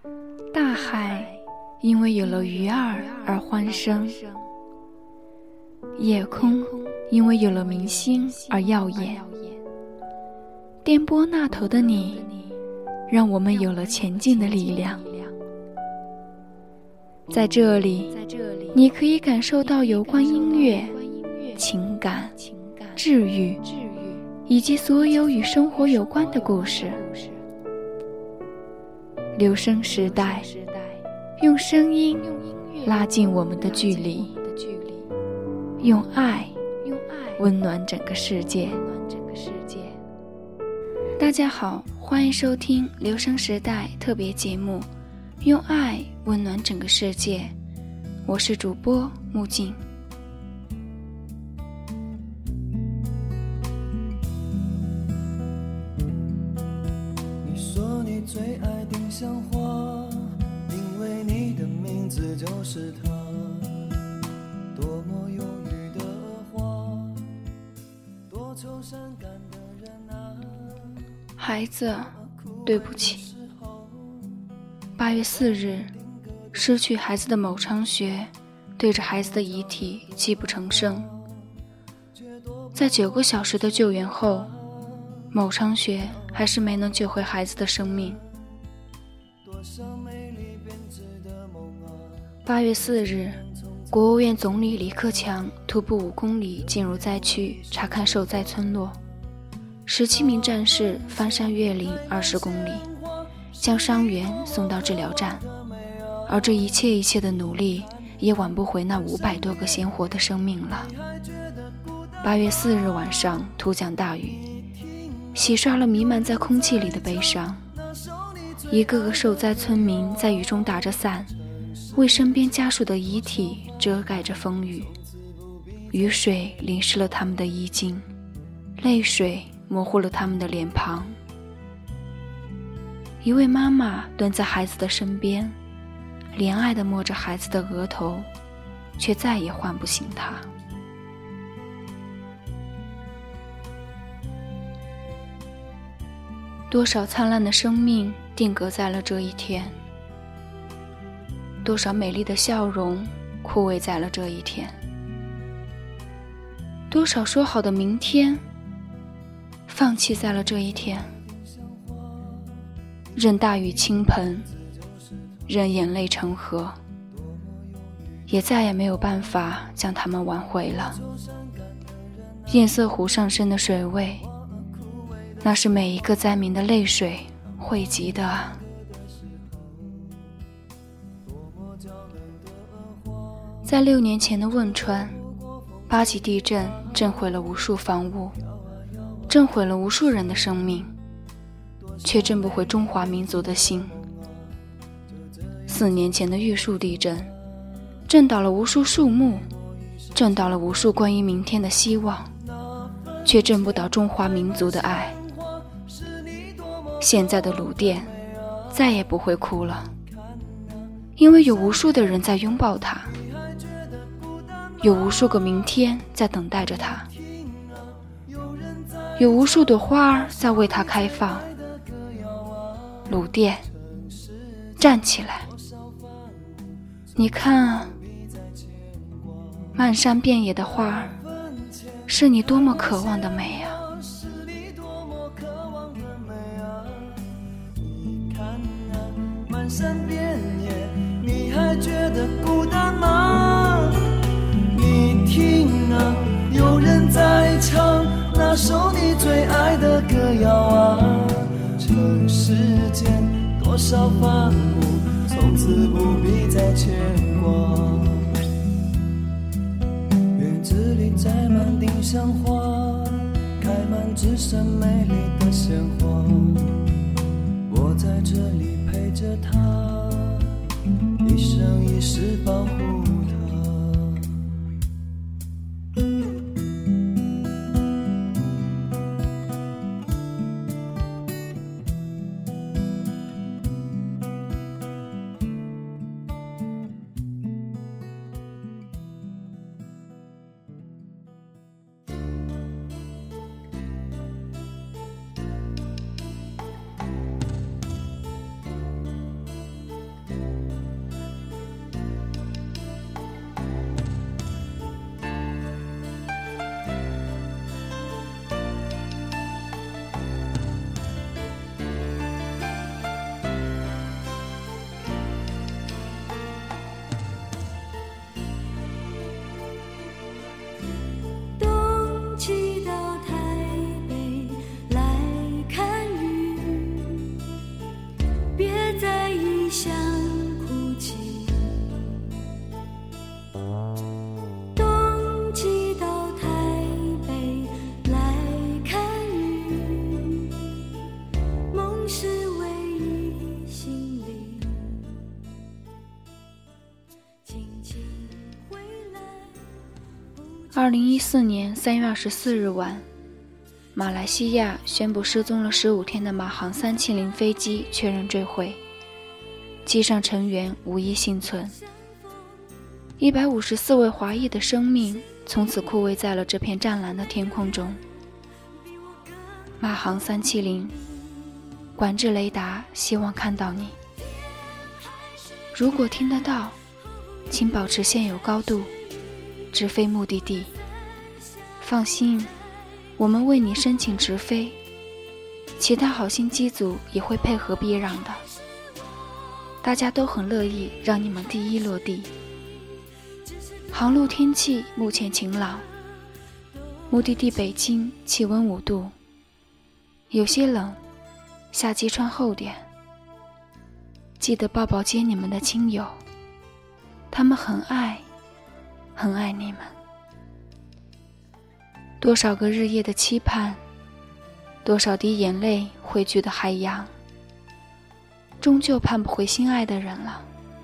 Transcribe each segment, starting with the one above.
大海因为有了鱼儿而欢声，夜空因为有了明星而耀眼。电波那头的你，让我们有了前进的力量。在这里，你可以感受到有关音乐、情感、治愈以及所有与生活有关的故事。留声时代，用声音拉近我们的距离，用爱温暖整个世界。大家好，欢迎收听留声时代特别节目，用爱温暖整个世界。我是主播木镜。 你说你最爱丁香花，因为你的名字就是它，多么忧郁的花，多愁善感的人啊。 孩子，对不起。8月4日，失去孩子的某昌学对着孩子的遗体泣不成声。在9个小时的救援后，某昌学还是没能救回孩子的生命。8月4日，国务院总理李克强徒步5公里进入灾区查看受灾村落，17名战士翻山越岭20公里，将伤员送到治疗站，而这一切的努力也挽不回那500多个鲜活的生命了。8月4日晚上，突降大雨，洗刷了弥漫在空气里的悲伤。一个个受灾村民在雨中打着伞，为身边家属的遗体遮盖着风雨。雨水淋湿了他们的衣襟，泪水模糊了他们的脸庞。一位妈妈蹲在孩子的身边，怜爱地摸着孩子的额头，却再也唤不醒他。多少灿烂的生命定格在了这一天，多少美丽的笑容枯萎在了这一天，多少说好的明天放弃在了这一天。任大雨倾盆，任眼泪成河，也再也没有办法将它们挽回了。堰塞湖上升的水位，那是每一个灾民的泪水汇集的啊。在6年前的汶川，8级地震震毁了无数房屋，震毁了无数人的生命，却震不回中华民族的心。4年前的玉树地震，震倒了无数树木，震倒了无数关于明天的希望，却震不倒中华民族的爱。现在的鲁甸再也不会哭了，因为有无数的人在拥抱它，有无数个明天在等待着它，有无数朵花儿在为它开放。鲁甸，站起来！你看啊，漫山遍野的花儿，是你多么渴望的美啊！ 漫山遍野，你还觉得孤单吗？你听啊，有人在唱那首你最爱的歌谣啊。这世间多少凡物，从此不必再牵挂。院子里栽满丁香花，开满只剩美丽的鲜花。我在这里陪着她，一生一世保护她。 异乡哭泣，冬季到台北来看雨，梦是唯一心里，轻轻回来。 2014年3月24日晚，马来西亚宣布失踪了15天的马航370飞机确认坠毁，机上成员无一幸存，154位华裔的生命从此枯萎在了这片湛蓝的天空中。马航370，管制雷达，希望看到你。如果听得到，请保持现有高度，直飞目的地。放心，我们为你申请直飞，其他好心机组也会配合避让的，大家都很乐意让你们第一落地。航路天气目前晴朗，目的地北京气温5度，有些冷，下机穿厚点。记得抱抱接你们的亲友，他们很爱你们。多少个日夜的期盼，多少滴眼泪汇聚的海洋，终究盼不回心爱的人了。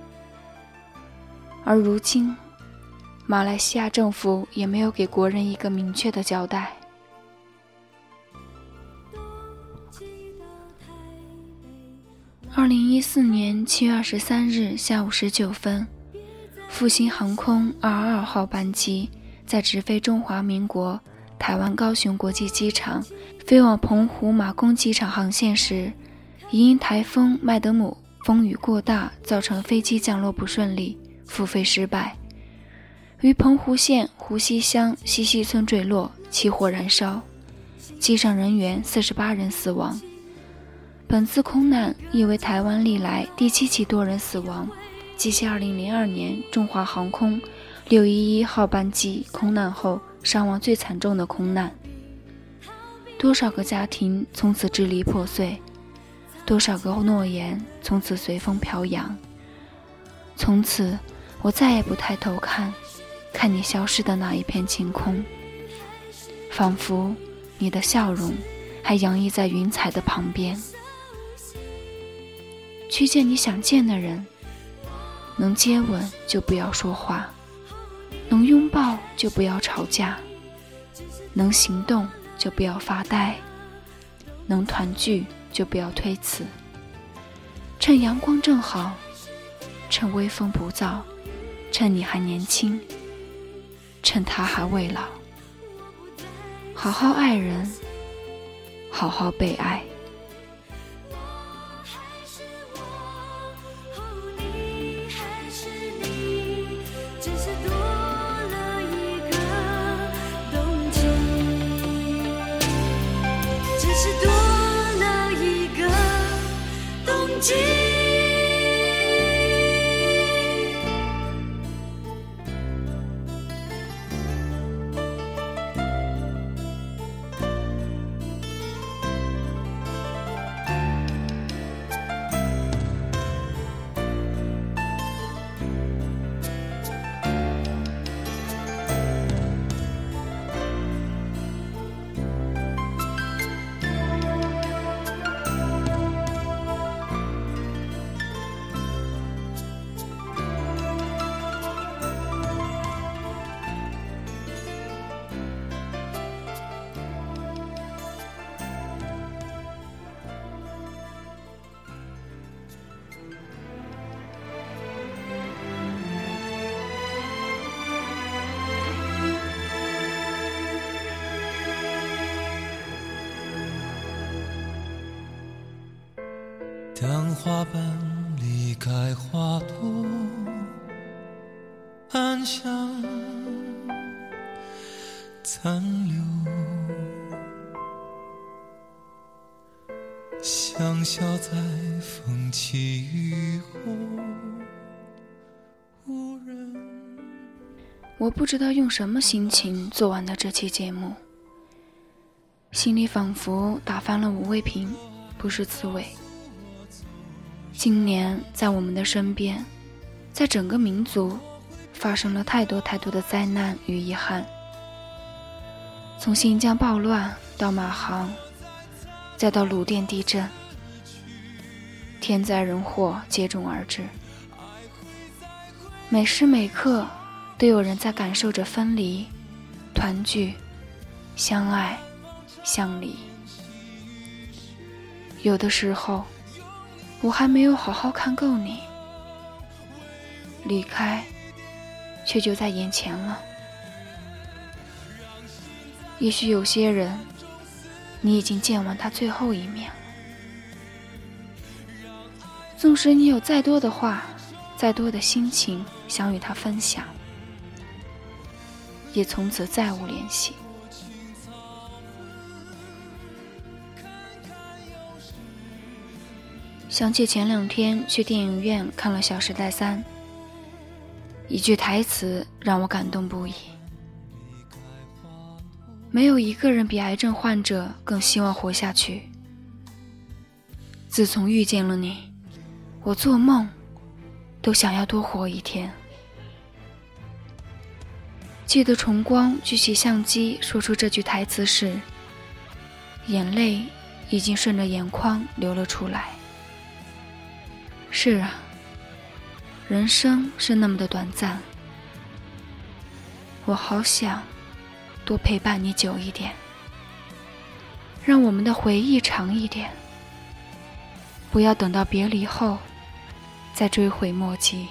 而如今，马来西亚政府也没有给国人一个明确的交代。2014年7月23日下午19分，复兴航空222号班机在直飞中华民国台湾高雄国际机场飞往澎湖马公机场航线时，因台风麦德姆风雨过大，造成飞机降落不顺利，复飞失败，于澎湖县湖西乡西溪村坠落，起火燃烧，机上人员48人死亡。本次空难亦为台湾历来第7起多人死亡，继2002年中华航空611号班机空难后伤亡最惨重的空难。多少个家庭从此支离破碎，多少个诺言从此随风飘扬。从此我再也不抬头看你消失的那一片晴空，仿佛你的笑容还洋溢在云彩的旁边。去见你想见的人，能接吻就不要说话，能拥抱就不要吵架，能行动就不要发呆，能团聚就不要推辞。趁阳光正好，趁微风不燥，趁你还年轻，趁他还未老，好好爱人，好好被爱。 当花瓣离开花朵，暗香残留，香消在风起雨后，无人。 我不知道用什么心情做完的这期节目，心里仿佛打翻了5味瓶，不是滋味。 今年在我们的身边，在整个民族发生了太多的灾难与遗憾，从新疆暴乱到马航，再到鲁甸地震，天灾人祸接踵而至，每时每刻都有人在感受着分离、团聚、相爱、相离。有的时候我还没有好好看够你，离开却就在眼前了。也许有些人你已经见完他最后一面了，纵使你有再多的话，再多的心情想与他分享，也从此再无联系。想起前2天去电影院看了《小时代3》，一句台词让我感动不已。没有一个人比癌症患者更希望活下去。自从遇见了你，我做梦都想要多活一天。记得崇光举起相机说出这句台词时，眼泪已经顺着眼眶流了出来。是啊，人生是那么的短暂，我好想多陪伴你久一点，让我们的回忆长一点，不要等到别离后再追悔莫及。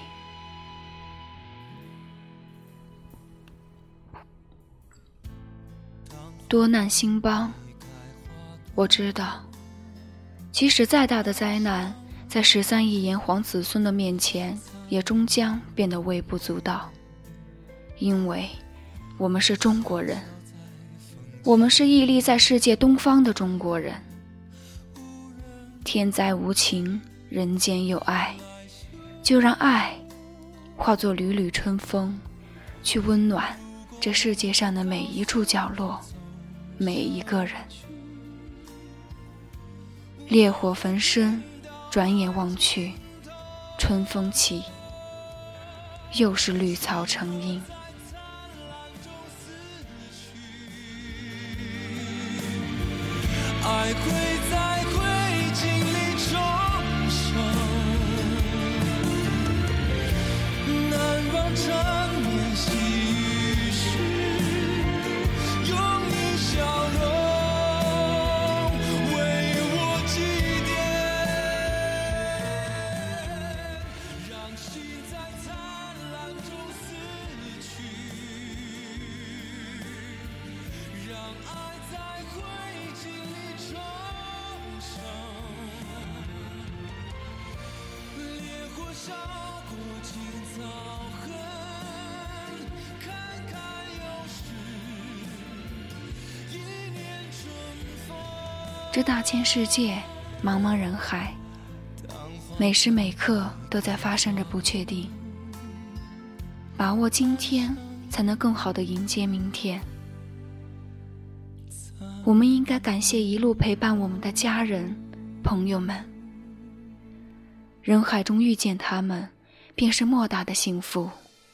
多难兴邦，我知道，即使再大的灾难，在13亿炎黄子孙的面前，也终将变得微不足道。因为我们是中国人，我们是屹立在世界东方的中国人。天灾无情，人间有爱，就让爱化作缕缕春风，去温暖这世界上的每一处角落，每一个人。烈火焚身，转眼望去，春风起，又是绿草成荫。 爱会在灰烬里重生，难忘缠绵细雨时，用你笑容为我祭奠，让心在灿烂中死去，让爱在灰烬里重生，烈火烧过青草痕，坎坎又是一年春风。 这大千世界，茫茫人海，每时每刻都在发生着不确定。把握今天，才能更好地迎接明天。我们应该感谢一路陪伴我们的家人、朋友们。人海中遇见他们，便是莫大的幸福。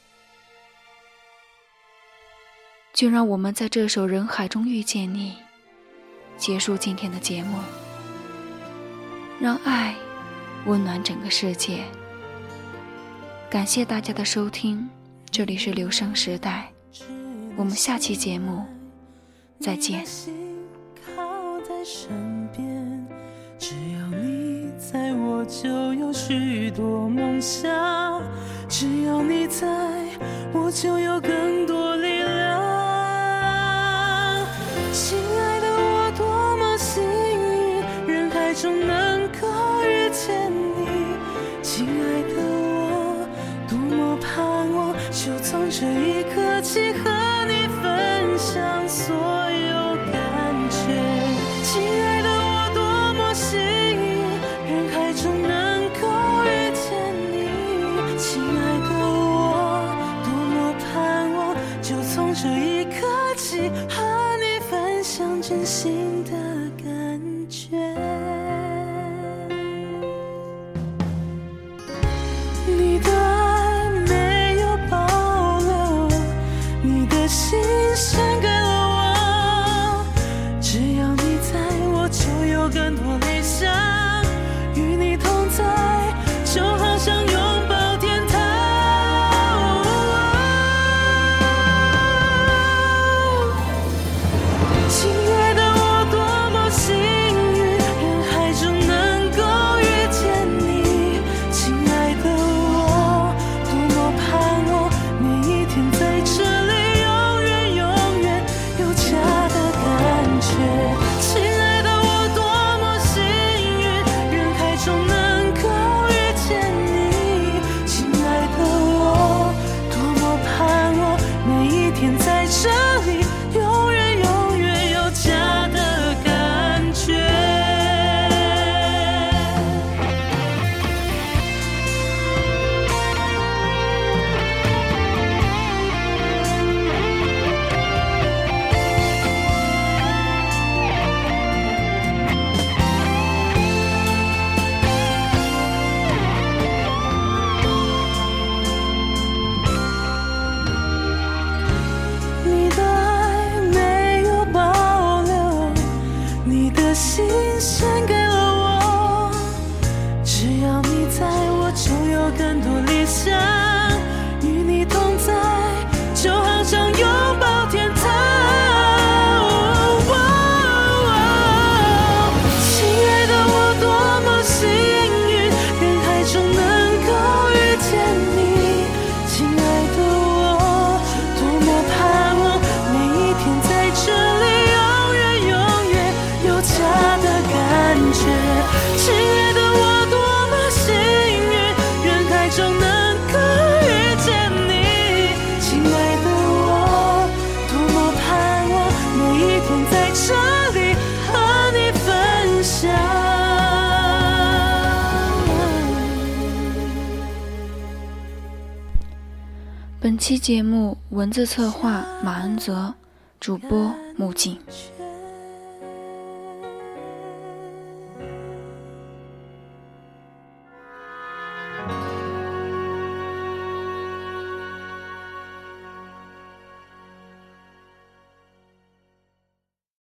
就让我们在这首《人海中遇见你》结束今天的节目，让爱温暖整个世界。感谢大家的收听，这里是留声时代，我们下期节目再见。 靠在身边，只要你在我就有许多梦想，只要你在我就有更多力量。亲爱的我多么幸运，人海中能够遇见你，亲爱的我多么盼望，就从这一刻起和你分享所有感觉。亲爱的我多么幸运，人海中能够遇见你，亲爱的我多么盼望，就从这一刻起和你分享真心的感觉。 你的爱没有保留，你的心献给了我，只要你在我就有更多理想，与你同在就好像拥抱天堂。亲爱的我多么幸运，人海中能够遇见你，亲爱的我多么盼望每一天在这里永远永远有家的感觉。亲爱的我多么幸运，人海中能够遇见你，亲爱的我多么盼望每一天在这里永远永远有家的感觉。你的爱没有保留，你的心献给了我，只要你在我就有更多理想，与你同在就好像拥抱天堂。亲爱的我多么幸运，人海中能够遇见你，亲爱的我多么盼望每一天在这里永远永远有家的感觉。亲爱的我多么幸运，人海中能够遇见你，亲爱的我多么盼望每一天在这里和你分享。 本期节目文字策划马恩泽，主播木槿。